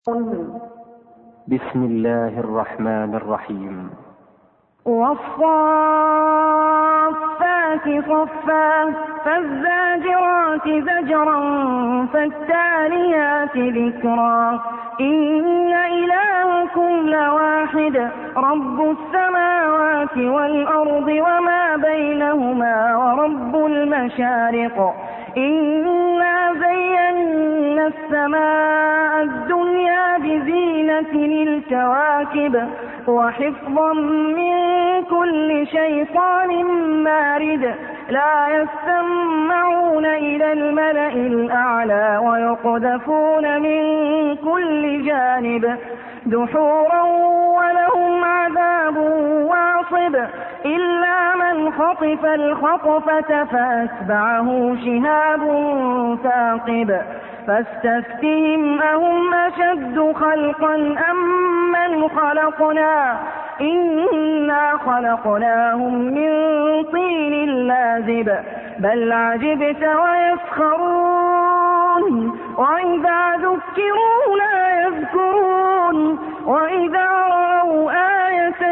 بسم الله الرحمن الرحيم. والصافات صفا فالزاجرات زجرا فالتاليات ذكرا إن إلهكم لواحد رب السماوات والأرض وما بينهما ورب المشارق إنا زينا السماء الدنيا بزينة الكواكب وحفظا من كل شيطان مارد لا يستمعون إلى الملأ الأعلى ويقذفون من كل جانب دحورا ولهم عذاب واصب إلا من خطف الخطفة فأتبعه شهاب ثاقب فاستفتهم أهم أشد خلقا أم من خلقنا إنا خلقناهم من طين لازب بل عجبت ويسخرون وإذا ذكروا لا يذكرون وإذا رأوا آية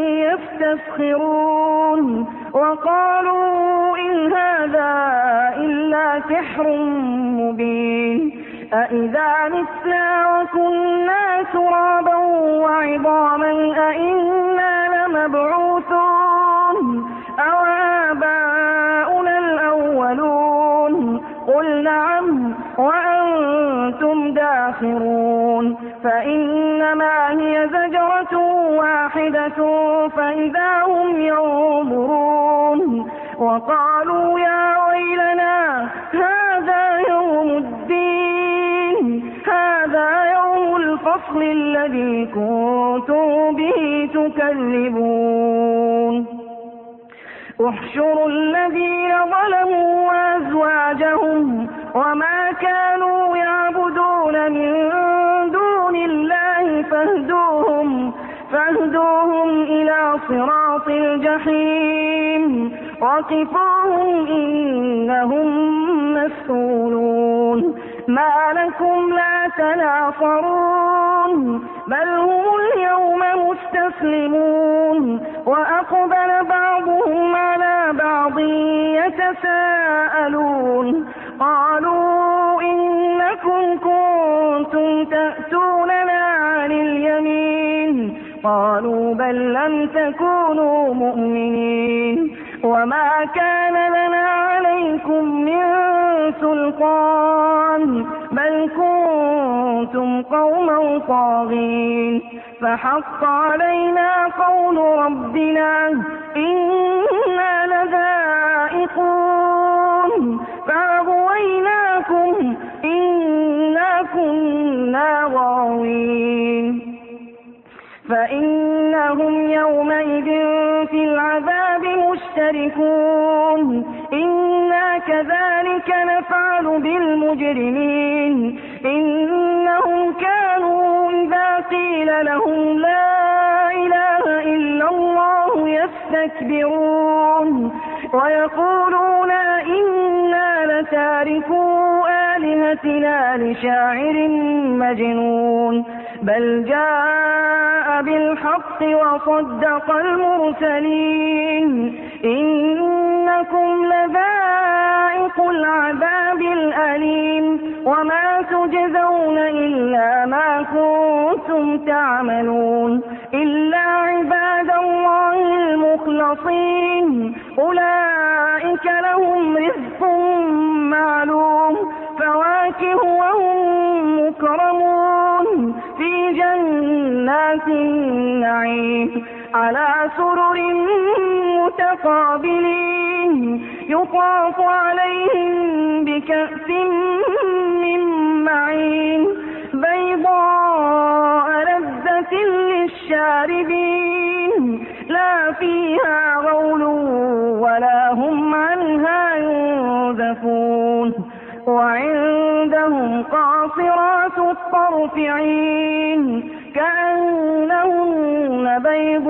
يستسخرون وقالوا إن هذا إلا سحر مبين أإذا متنا وكنا ترابا وعظاما أإنا لمبعوثون أو آباؤنا الأولون قل نعم وأنتم داخرون فإنما هي زجرة واحدة فإذا هم ينظرون وقالوا يا ويلنا هذا يوم الدين هذا يوم الفصل الذي كنتم به تكذبون احشروا الذين ظلموا وأزواجهم وما كانوا يعبدون من دون الله فاهدوهم إلى صراط الجحيم وقفوهم إنهم مسؤولون ما لكم لا تناصرون بل هم اليوم مستسلمون وأقبل بعضهم على بعض يتساءلون قالوا إنكم كنتم تأتوننا عن اليمين قالوا بل لم تكونوا مؤمنين وما كان لنا عليكم من سلطان بل كنتم قوما طاغين فحق علينا قول ربنا إنا لذائقون فأغويناكم إنا كنا غاوين فإنهم يومئذ في العذاب مشتركون إنا كذلك نفعل بالمجرمين إنهم كانوا إذا قيل لهم لا إله إلا الله يستكبرون ويقولون إنا لتاركو آلهتنا لشاعر مجنون بل جاء بالحق وصدق المرسلين إنكم لذائق العذاب الأليم وما تجزون إلا ما كنتم تعملون إلا عباد الله المخلصين أولئك لهم رزق معلوم فواكه وهم مكرمون في جنات النعيم على سرر متقابلين يطاف عليهم بكأس من معين بيضاء لذة للشاربين لا فيها غول ولا هم عنها ينزفون وعندهم قاصرات الطرف عين كأنهن بيض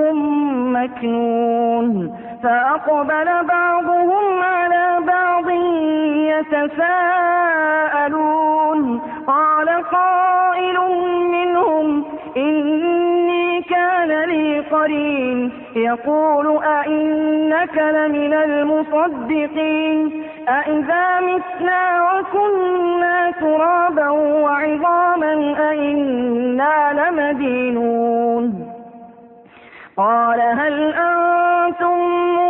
مكنون فأقبل بعضهم على بعض يتساءلون قال قائل منهم المنظرين يقول أئنك لمن المصدقين أئذا متنا وكنا ترابا وعظاما أئنا لمدينون قال هل أنتم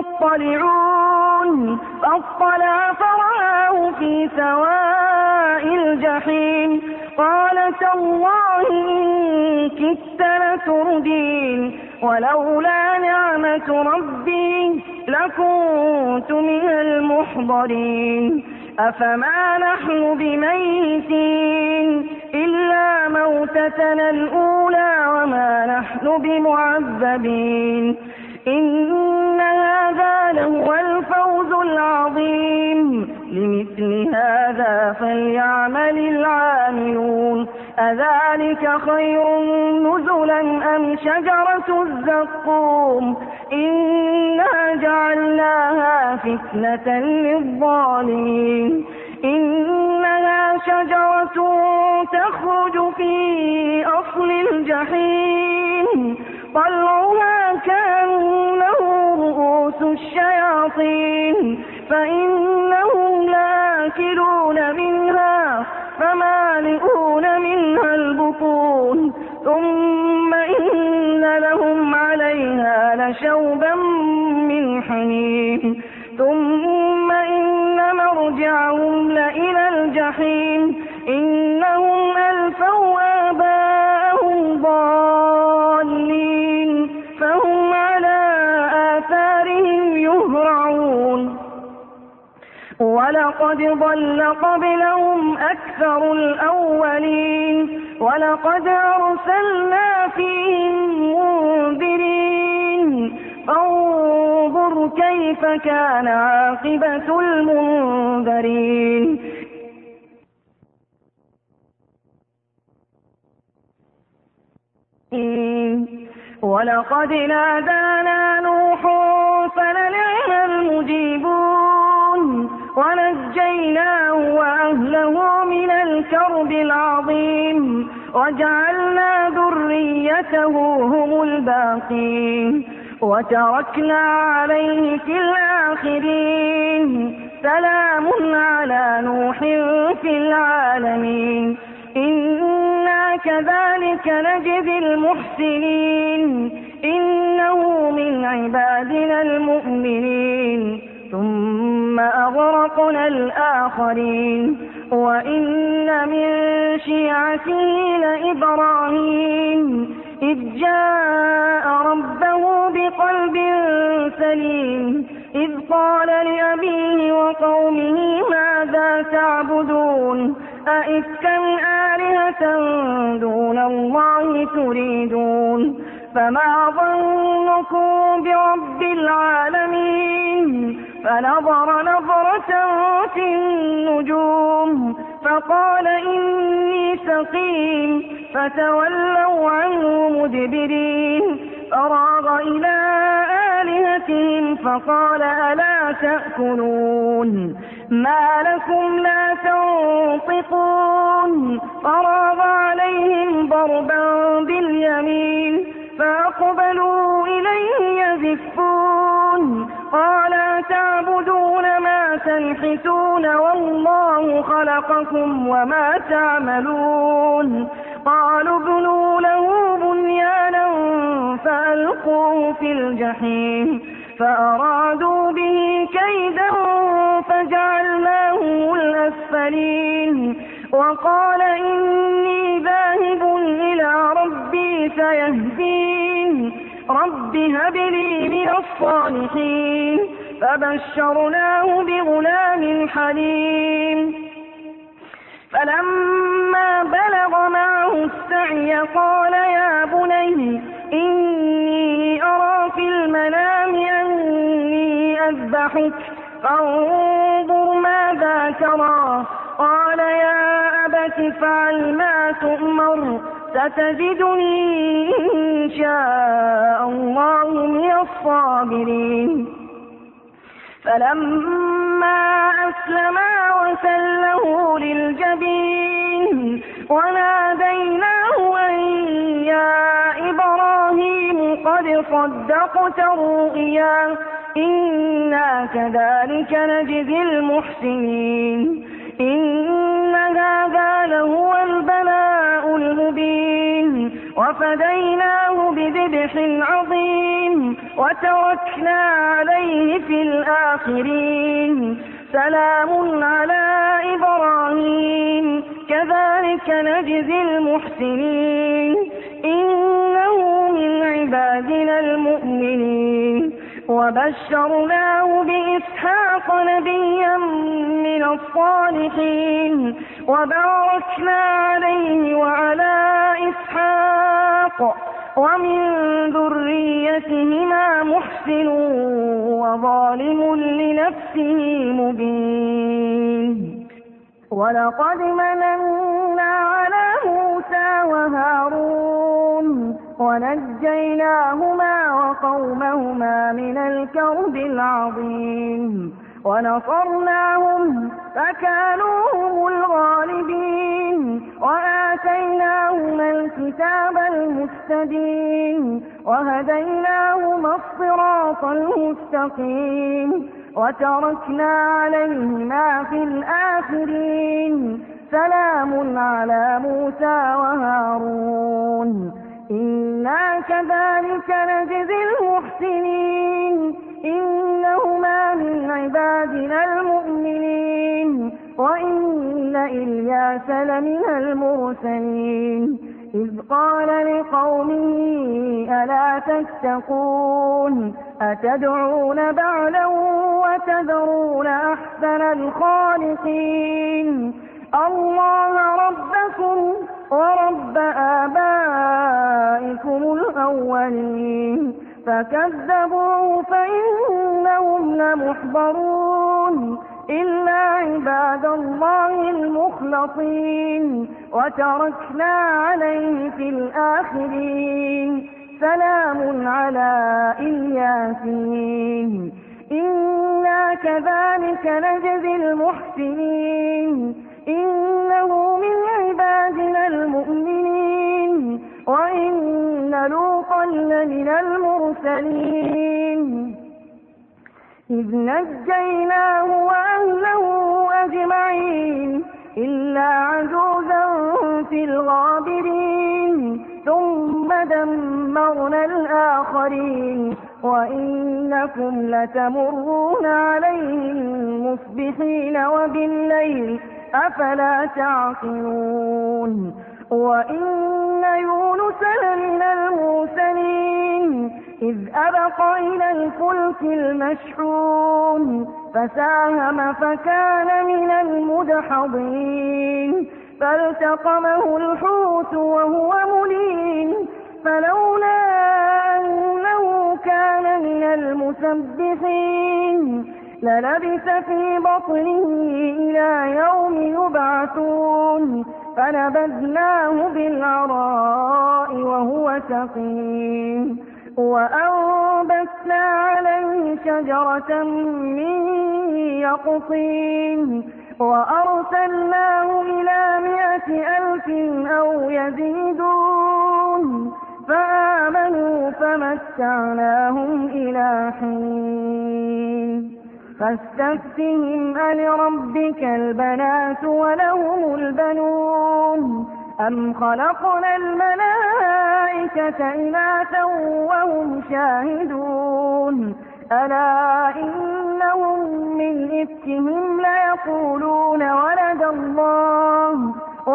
مطلعون فاطلع فرآه في سواء الجحيم قال تالله إن كدت لتردين ولولا نعمة ربي لكنت من المحضرين أفما نحن بميتين إلا موتتنا الأولى وما نحن بمعذبين إن هذا لهو الفوز العظيم لمثل هذا فليعمل العاملون أذلك خير نزلا أم شجرة الزقوم إنا جعلناها فتنة للظالمين إنها شجرة تخرج في أصل الجحيم طلعها كأنه رؤوس الشياطين فإنهم لآكلون منها فمالئون منها البطون ثم إن لهم عليها لشوبا من حميم ثم إن مرجعهم لإلى الجحيم إنهم ألفوا آباءهم ضالين فهم على آثارهم يهرعون ولقد ضل قبلهم أكثر الأولين ولقد أرسلنا فيهم منذرين فانظر كيف كان عاقبة المنذرين ولقد نادانا نوح فلنعم المجيبون ونجيناه وأهله من الكرب العظيم وجعلنا ذريته هم الباقين وتركنا عليه في الآخرين سلام على نوح في العالمين إنا كذلك نجزي المحسنين إنه من عبادنا المؤمنين ثم أغرقنا الآخرين وإن من شيعته لإبراهيم إذ جاء ربه بقلب سليم إذ قال لأبيه وقومه ماذا تعبدون أئفكا آلهة دون الله تريدون فما ظنكم برب العالمين فنظر نظرة في النجوم فقال إني سقيم فتولوا عنه مدبرين فراغ إلى آلهتهم فقال ألا تأكلون ما لكم لا تنطقون فراغ عليهم ضربا باليمين فأقبلوا إليه يزفون قال تعبدون ما تنحتون والله خلقكم وما تعملون قالوا ابنوا له بنيانا فألقوه في الجحيم فأرادوا به كيدا فجعلناهم الأسفلين وقال إني ذاهب إلى ربي سيهدين رب هب لي من الصالحين فبشرناه بغلام حليم فلما بلغ معه السعي قال يا بني إني أرى في المنام أني أذبحك فانظر ماذا ترى قال يا أبت افعل ما تؤمر ستجدني إن شاء الله من الصابرين فلما أسلما وسله للجبين وناديناه أن يا إبراهيم قد صدقت الرؤيا إنا كذلك نجزي المحسنين إن هذا لهو البلاء المبين وفديناه بذبح عظيم وتركنا عليه في الآخرين سلام على إبراهيم كذلك نجزي المحسنين إنه من عبادنا المؤمنين وبشرناه بإسحاق نبيا من الصالحين وباركنا عليه وعلى إسحاق ومن ذريتهما محسن وظالم لنفسه مبين ولقد مننا على موسى وهارون ونجيناهما وقومهما من الكرب العظيم ونصرناهم فكانوا هم الغالبين وآتيناهما الكتاب المستبين وهديناهما الصراط المستقيم وتركنا عليهما في الآخرين سلام على موسى وهارون إنا كذلك نجزي المحسنين إنهما من عبادنا المؤمنين وإن إلياس لمن المرسلين إذ قال لقومه ألا تتقون أتدعون بعلا وتذرون أحسن الخالقين الله ربكم ورب آبائكم الأولين فكذبوه فإنهم لمحضرون إلا عباد الله المخلصين وتركنا عليه في الآخرين سلام على الياسين إنا كذلك نجزي المحسنين إنه من عبادنا المؤمنين وإن لوطا لمن المرسلين إذ نجيناه وأهله أجمعين إلا عجوزا في الغابرين ثم دمرنا الآخرين وإنكم لتمرون عليهم مصبحين وبالليل أفلا تعقلون وإن يونس لمن المرسلين إذ أبق إلى الفلك المشحون فساهم فكان من المدحضين فالتقمه الحوت وهو مليم فلولا أنه كان من المسبحين للبث في بطنه إلى يوم يبعثون فنبذناه بالعراء وهو سقيم وأنبتنا عليه شجرة من يقطين وأرسلناه إلى 100,000 أو يزيدون فآمنوا فمتعناهم إلى حين فاستفتهم ألربك البنات ولهم البنون أم خلقنا الملائكة إناثا وهم شاهدون ألا إنهم من إفكهم ليقولون ولد الله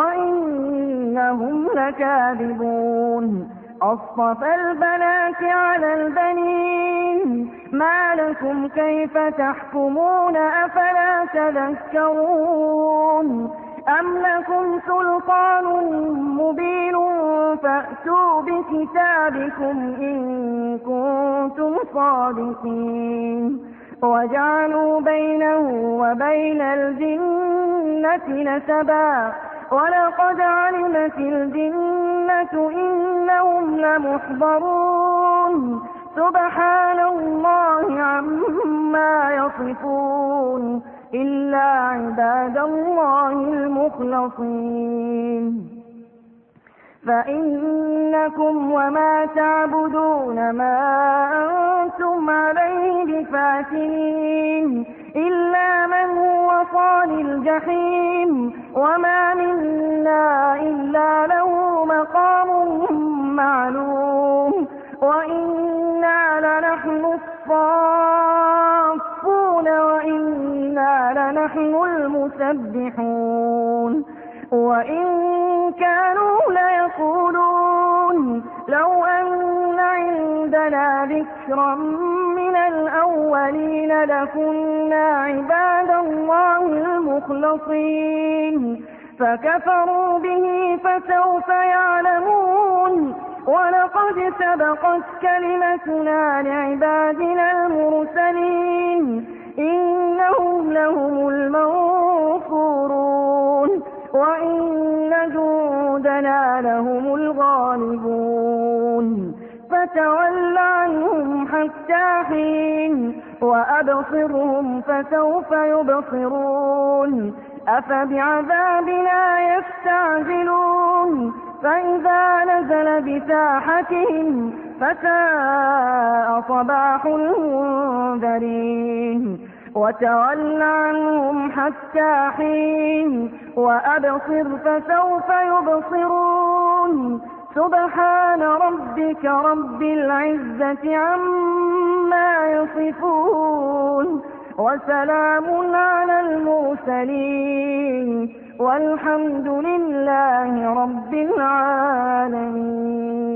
وإنهم لكاذبون أصطفى البنات على البنين ما لكم كيف تحكمون أفلا تذكرون أم لكم سلطان مبين فأتوا بكتابكم إن كنتم صادقين وجعلوا بينه وبين الجنة نسبا ولقد علمت الجنة إنهم لمحضرون سبحان الله عما يصفون إلا عباد الله المخلصين فإنكم وما تعبدون ما أنتم عليه بفاتنين إلا من هو صال الجحيم وما منا إلا له مقام معلوم وإنا لنحن الصافون وإنا لنحن المسبحون وإن كانوا ليقولون لو أن عندنا ذكرا من الأولين لكنا عباد الله المخلصين فكفروا به فسوف يعلمون ولقد سبقت كلمتنا لعبادنا المرسلين إنهم لهم المنصورون وإن جندنا لهم الغالبون فتول عنهم حتى حين وأبصرهم فسوف يبصرون أفبعذابنا يستعجلون فإذا نزل بساحتهم فساء صباح المنذرين وتول عنهم حتى حين وأبصر فسوف يبصرون سبحان ربك رب العزة عما يصفون وسلام على المرسلين والحمد لله رب العالمين.